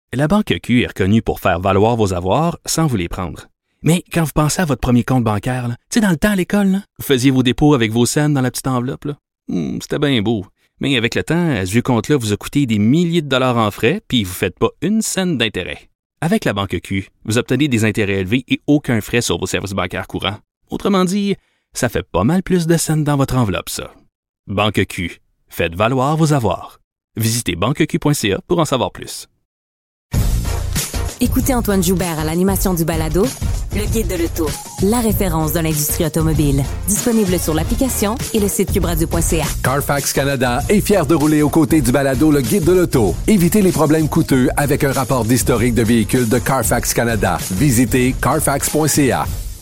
La Banque Q est reconnue pour faire valoir vos avoirs sans vous les prendre. Mais quand vous pensez à votre premier compte bancaire, tu sais, dans le temps à l'école, là, vous faisiez vos dépôts avec vos scènes dans la petite enveloppe. Là. C'était bien beau. Mais avec le temps, ce vieux compte-là vous a coûté des milliers de dollars en frais, puis vous ne faites pas une scène d'intérêt. Avec la Banque Q, vous obtenez des intérêts élevés et aucun frais sur vos services bancaires courants. Autrement dit, ça fait pas mal plus de scènes dans votre enveloppe, ça. Banque Q. Faites valoir vos avoirs. Visitez banqueq.ca pour en savoir plus. Écoutez Antoine Joubert à l'animation du balado Le Guide de l'auto, la référence de l'industrie automobile. Disponible sur l'application et le site cubradio.ca. Carfax Canada est fier de rouler aux côtés du balado Le Guide de l'auto. Évitez les problèmes coûteux avec un rapport d'historique de véhicules de Carfax Canada. Visitez carfax.ca.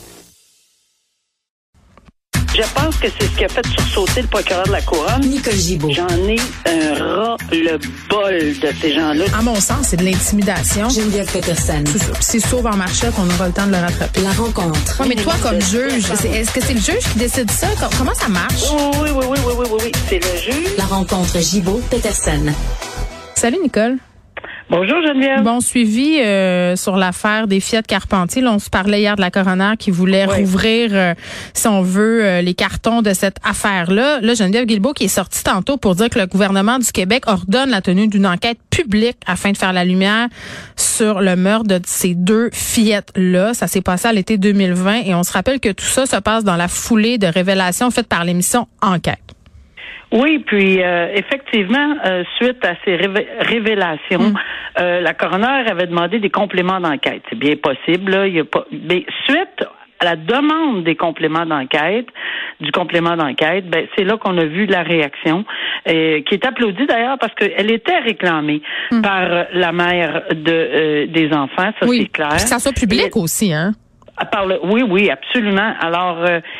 Je pense que c'est ce qui a fait sursauter le procureur de la Couronne. Nicole Gibault. J'en ai un ras-le-bol de ces gens-là. À mon sens, c'est de l'intimidation. Geneviève Peterson. C'est ça. Puis c'est sauve en marchette, on aura le temps de le rattraper. La rencontre. Oui, mais toi, comme juge, est-ce que c'est le juge qui décide ça? Comment ça marche? Oui. C'est le juge. La rencontre Gibault-Peterson. Salut, Nicole. Bonjour, Geneviève. Bon suivi sur l'affaire des Fiat Carpentier. Là, on se parlait hier de la coroner qui voulait rouvrir, si on veut, les cartons de cette affaire-là. Là, Geneviève Guilbeault qui est sortie tantôt pour dire que le gouvernement du Québec ordonne la tenue d'une enquête publique afin de faire la lumière sur le meurtre de ces deux fillettes-là. Ça s'est passé à l'été 2020 et on se rappelle que tout ça se passe dans la foulée de révélations faites par l'émission Enquête. Oui, puis effectivement, suite à ces révélations, la coroner avait demandé des compléments d'enquête. C'est bien possible, là, il y a pas. Mais suite à la demande des compléments d'enquête, c'est là qu'on a vu la réaction, qui est applaudie d'ailleurs parce qu'elle était réclamée par la mère des enfants, ça c'est clair. Puis que ça soit public aussi, hein? Oui, absolument. Alors,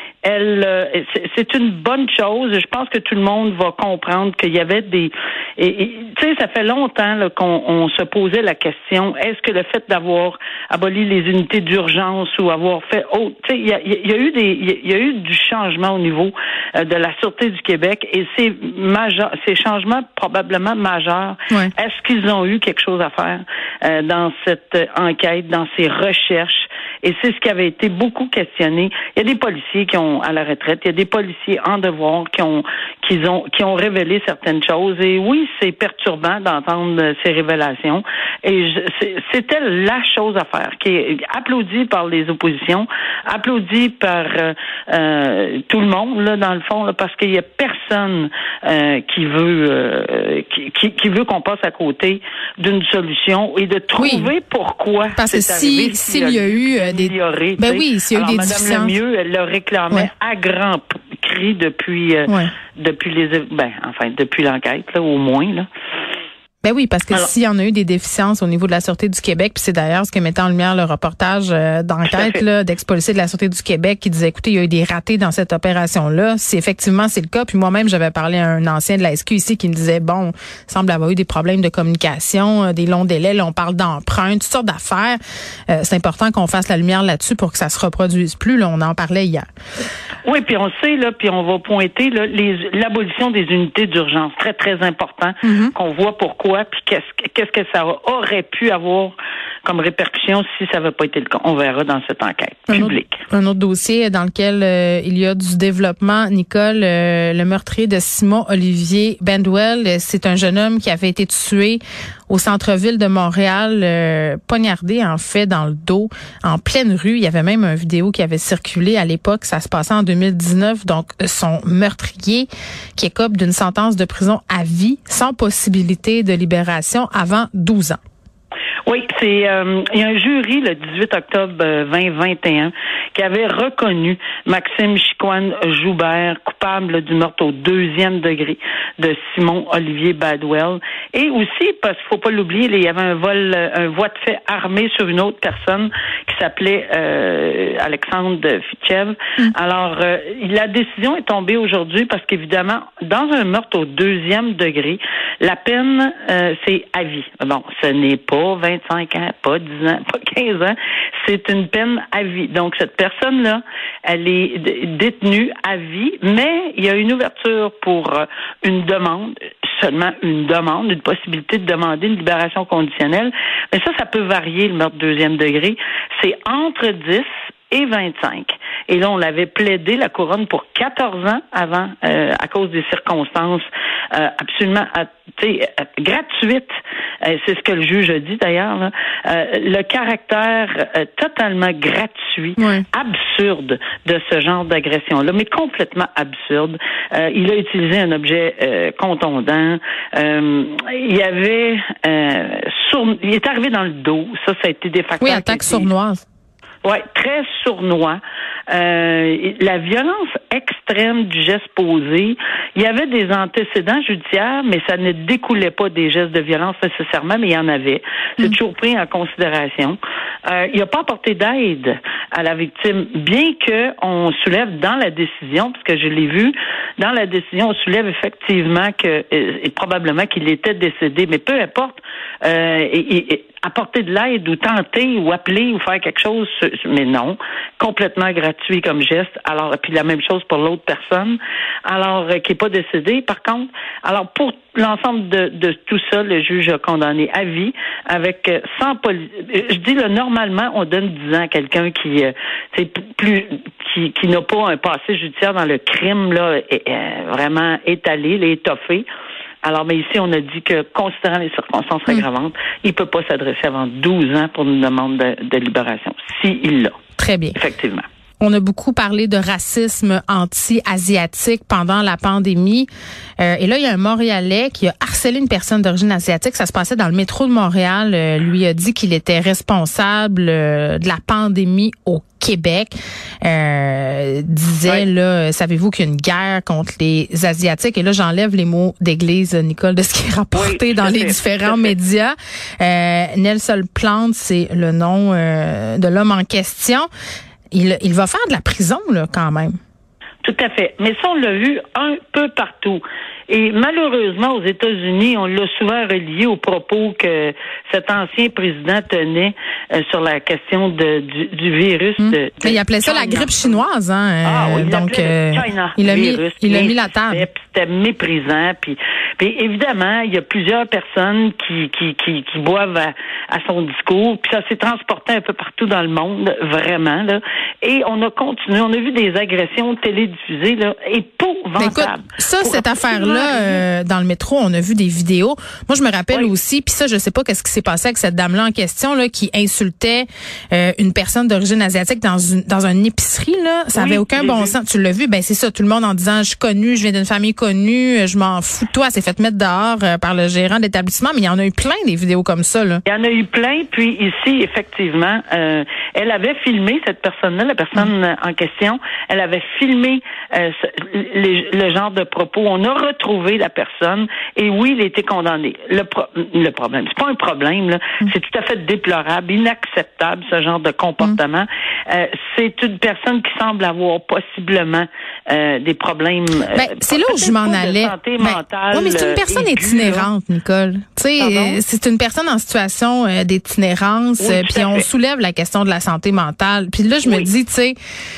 c'est une bonne chose. Je pense que tout le monde va comprendre qu'il y avait des... Tu sais, ça fait longtemps là, qu'on se posait la question, est-ce que le fait d'avoir aboli les unités d'urgence ou avoir fait... tu sais, il y a eu du changement au niveau de la Sûreté du Québec et c'est majeur, ces changements probablement majeurs. Ouais. Est-ce qu'ils ont eu quelque chose à faire dans cette enquête, dans ces recherches? Et c'est ce qui avait été beaucoup questionné. Il y a des policiers qui ont à la retraite, il y a des policiers en devoir qui ont révélé certaines choses. Et oui, c'est perturbant d'entendre ces révélations. Et c'était la chose à faire, qui est applaudie par les oppositions, applaudie par tout le monde là dans le fond, là, parce qu'il y a personne qui veut qu'on passe à côté d'une solution et de trouver pourquoi. Parce que s'il y a eu s'il y a eu des Madame déficiences. Lemieux, elle le réclamait à grands cris depuis l'enquête, là, au moins, là. Ben oui, parce que s'il y en a eu des déficiences au niveau de la Sûreté du Québec, puis c'est d'ailleurs ce que mettait en lumière le reportage d'enquête là, d'ex-policier de la Sûreté du Québec qui disait, écoutez, il y a eu des ratés dans cette opération-là. Si effectivement c'est le cas, puis moi-même j'avais parlé à un ancien de la SQ ici qui me disait, bon, il semble avoir eu des problèmes de communication, des longs délais, là, on parle d'emprunts, toutes sortes d'affaires. C'est important qu'on fasse la lumière là-dessus pour que ça se reproduise plus. Là, on en parlait hier. Oui, puis on sait, là, puis on va pointer là, l'abolition des unités d'urgence. Très, très important qu'on voit pourquoi, puis qu'est-ce que ça aurait pu avoir comme répercussion si ça n'avait pas été le cas. On verra dans cette enquête publique. Un autre dossier dans lequel il y a du développement, Nicole, le meurtrier de Simon-Olivier Bandwell, c'est un jeune homme qui avait été tué au centre-ville de Montréal, poignardé en fait dans le dos, en pleine rue. Il y avait même une vidéo qui avait circulé à l'époque, ça se passait en 2019. Donc, son meurtrier qui écope d'une sentence de prison à vie, sans possibilité de libération avant 12 ans. Oui, il y a un jury le 18 octobre 2021 qui avait reconnu Maxime Chicoine Joubert coupable du meurtre au 2e degré de Simon-Olivier Badwell. Et aussi, parce qu'il faut pas l'oublier, il y avait un voie de fait armé sur une autre personne qui s'appelait Alexandre Fitchev. Alors, la décision est tombée aujourd'hui parce qu'évidemment, dans un meurtre au 2e degré, la peine, c'est à vie. Bon, ce n'est pas 25 ans, pas 10 ans, pas 15 ans. C'est une peine à vie. Donc, cette personne-là, elle est détenue à vie, mais il y a une ouverture pour une demande seulement une demande, une possibilité de demander une libération conditionnelle. Mais ça peut varier, le meurtre deuxième degré. C'est entre 10 et 25. Et là, on l'avait plaidé, la couronne, pour 14 ans avant, à cause des circonstances absolument gratuites. C'est ce que le juge a dit, d'ailleurs. Là. Le caractère totalement gratuit, absurde de ce genre d'agression-là, mais complètement absurde. Il a utilisé un objet contondant. Il est arrivé dans le dos. Ça a été des facteurs... Oui, attaque sournoise. Oui, très sournois. La violence extrême du geste posé. Il y avait des antécédents judiciaires, mais ça ne découlait pas des gestes de violence nécessairement, mais il y en avait. C'est toujours pris en considération. Il n'a pas apporté d'aide à la victime, bien qu'on soulève dans la décision, parce que je l'ai vu, dans la décision, on soulève effectivement et probablement qu'il était décédé, mais peu importe, apporter de l'aide ou tenter ou appeler ou faire quelque chose, mais non, complètement gratuit comme geste. Alors, puis la même chose pour l'autre personne, alors qui n'est pas décédée. Par contre, alors pour l'ensemble de tout ça, le juge a condamné à vie avec je dis là, normalement, on donne 10 ans à quelqu'un qui n'a pas un passé judiciaire dans le crime là, vraiment étalé, étoffé. Alors, mais ici, on a dit que, considérant les circonstances aggravantes, il ne peut pas s'adresser avant 12 ans pour une demande de libération, s'il l'a. Très bien. Effectivement. On a beaucoup parlé de racisme anti-asiatique pendant la pandémie. Et là, il y a un Montréalais qui a harcelé une personne d'origine asiatique. Ça se passait dans le métro de Montréal. Lui a dit qu'il était responsable de la pandémie au Québec. Disait, là, savez-vous qu'il y a une guerre contre les Asiatiques? Et là, j'enlève les mots d'église, Nicole, de ce qui est rapporté dans les différents médias. Nelson Plante, c'est le nom de l'homme en question. Il va faire de la prison, là, quand même. Tout à fait. Mais ça, on l'a vu un peu partout. Et malheureusement, aux États-Unis, on l'a souvent relié aux propos que cet ancien président tenait sur la question du virus. Il appelait ça la grippe chinoise, hein. Oui, donc, il a mis la table. C'était méprisant. Puis évidemment, il y a plusieurs personnes qui boivent à son discours. Puis ça s'est transporté un peu partout dans le monde, vraiment, là. Et on a continué. On a vu des agressions télédiffusées, là, épouvantables. Écoute, cette affaire-là, dans le métro, on a vu des vidéos. Moi, je me rappelle aussi, puis ça, je sais pas qu'est-ce qui s'est passé avec cette dame-là en question, là, qui insultait une personne d'origine asiatique dans une épicerie, là. Ça avait aucun bon sens. Tu l'as vu? Ben, c'est ça. Tout le monde en disant, je suis connue, je viens d'une famille connue, je m'en fous de toi. Elle s'est fait mettre dehors par le gérant de l'établissement, mais il y en a eu plein des vidéos comme ça, là. Il y en a eu plein, puis ici, effectivement, elle avait filmé, cette personne-là, la personne en question, elle avait filmé le genre de propos. On a retrouvé la personne et oui, il a été condamné. Le problème, c'est pas un problème, là. C'est tout à fait déplorable, inacceptable, ce genre de comportement. C'est une personne qui semble avoir possiblement des problèmes. C'est là où je m'en allais. Santé mentale. Oui, mais c'est une personne itinérante, Nicole. Tu sais, c'est une personne en situation d'itinérance, puis on soulève la question de la santé mentale. Puis là, je me dis, tu sais,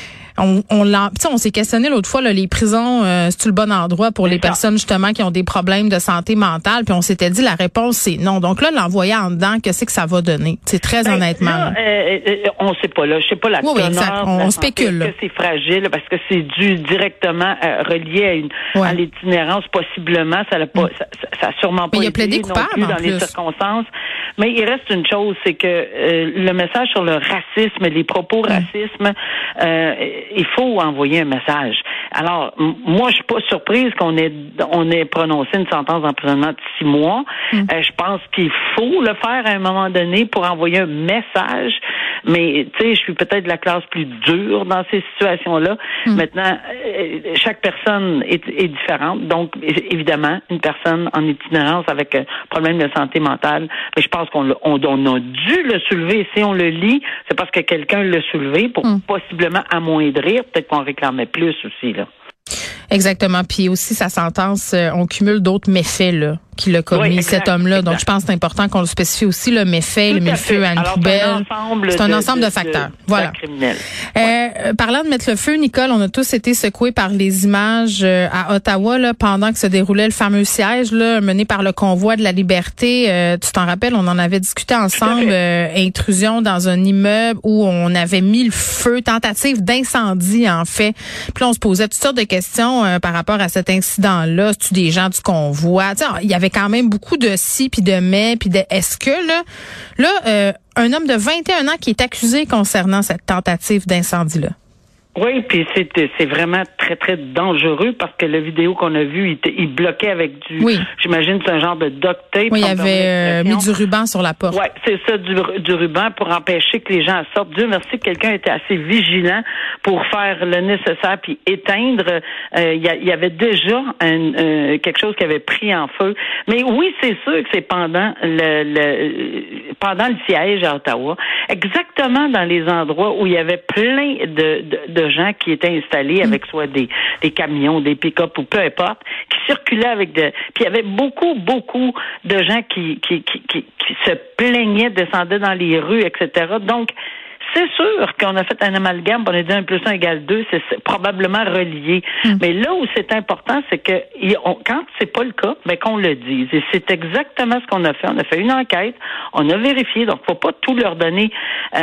on s'est questionné l'autre fois, là, les prisons, c'est-tu le bon endroit pour les personnes justement qui ont des problèmes de santé mentale? Puis on s'était dit la réponse c'est non. Donc là, l'envoyer en dedans, qu'est-ce que ça va donner? C'est très honnêtement. Là, on sait pas là, je sais pas la teneur. Exact. On spécule. Est-ce que c'est fragile parce que c'est dû directement relié à l'itinérance possiblement. Ça a sûrement pas été. Il a plaidé coupable non plus dans les circonstances. Mais il reste une chose, c'est que le message sur le racisme, les propos racisme. Il faut envoyer un message. Alors, moi, je suis pas surprise qu'on ait prononcé une sentence d'emprisonnement de 6 mois. Je pense qu'il faut le faire à un moment donné pour envoyer un message. Mais, tu sais, je suis peut-être de la classe plus dure dans ces situations-là. Maintenant, chaque personne est différente. Donc, évidemment, une personne en itinérance avec un problème de santé mentale, mais je pense qu'on a dû le soulever. Si on le lit, c'est parce que quelqu'un l'a soulevé pour possiblement amoindrir. Peut-être qu'on réclamait plus aussi, là. Exactement. Puis aussi, sa sentence, on cumule d'autres méfaits, là, qui l'a commis, Oui, cet homme-là. Donc, je pense que c'est important qu'on le spécifie aussi, le méfait, il a mis le feu à une poubelle. C'est un ensemble de facteurs. Voilà. Parlant de mettre le feu, Nicole, on a tous été secoués par les images à Ottawa là, pendant que se déroulait le fameux siège là, mené par le convoi de la liberté. Tu t'en rappelles, on en avait discuté ensemble, intrusion dans un immeuble où on avait mis le feu, tentative d'incendie en fait. Puis là, on se posait toutes sortes de questions par rapport à cet incident-là. C'est-tu des gens du convoi? Tu sais, il y avait quand même beaucoup de si puis de mais puis de est-ce que là un homme de 21 ans qui est accusé concernant cette tentative d'incendie-là. Oui, puis c'est vraiment très, très dangereux parce que la vidéo qu'on a vue, il bloquait avec j'imagine c'est un genre de duct tape. Oui, il avait mis du ruban sur la porte. Oui, c'est ça, du ruban pour empêcher que les gens sortent. Dieu merci que quelqu'un était assez vigilant pour faire le nécessaire puis éteindre. Il y avait déjà quelque chose qui avait pris en feu. Mais oui, c'est sûr que c'est pendant le siège à Ottawa, exactement dans les endroits où il y avait plein de gens qui étaient installés avec soit des camions, des pick-up ou peu importe, qui circulaient avec puis il y avait beaucoup de gens qui se plaignaient, descendaient dans les rues, etc. Donc, c'est sûr qu'on a fait un amalgame, on a dit 1 + 1 = 2, c'est probablement relié. Mais là où c'est important, c'est que quand c'est pas le cas, ben qu'on le dise. Et c'est exactement ce qu'on a fait. On a fait une enquête, on a vérifié, donc faut pas tout leur donner.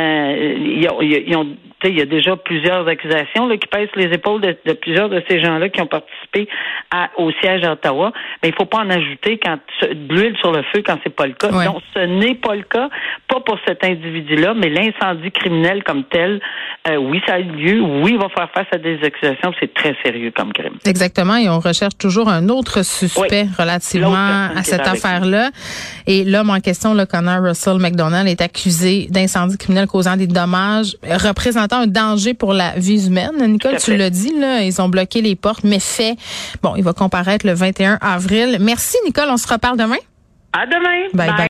Il y a déjà plusieurs accusations là, qui pèsent les épaules de plusieurs de ces gens-là qui ont participé au siège à Ottawa. Mais il faut pas en ajouter de l'huile sur le feu quand c'est pas le cas. Ouais. Donc, ce n'est pas le cas, pas pour cet individu-là, mais l'incendie criminel comme tel, oui, ça a eu lieu. Oui, il va faire face à des accusations. C'est très sérieux comme crime. Exactement. Et on recherche toujours un autre suspect relativement à cette affaire-là. Et l'homme en question, le Connor Russell McDonald, est accusé d'incendie criminel causant des dommages, représentant un danger pour la vie humaine. Nicole, tu l'as dit, là, ils ont bloqué les portes, mais fait. Bon, il va comparaître le 21 avril. Merci, Nicole. On se reparle demain. À demain. Bye.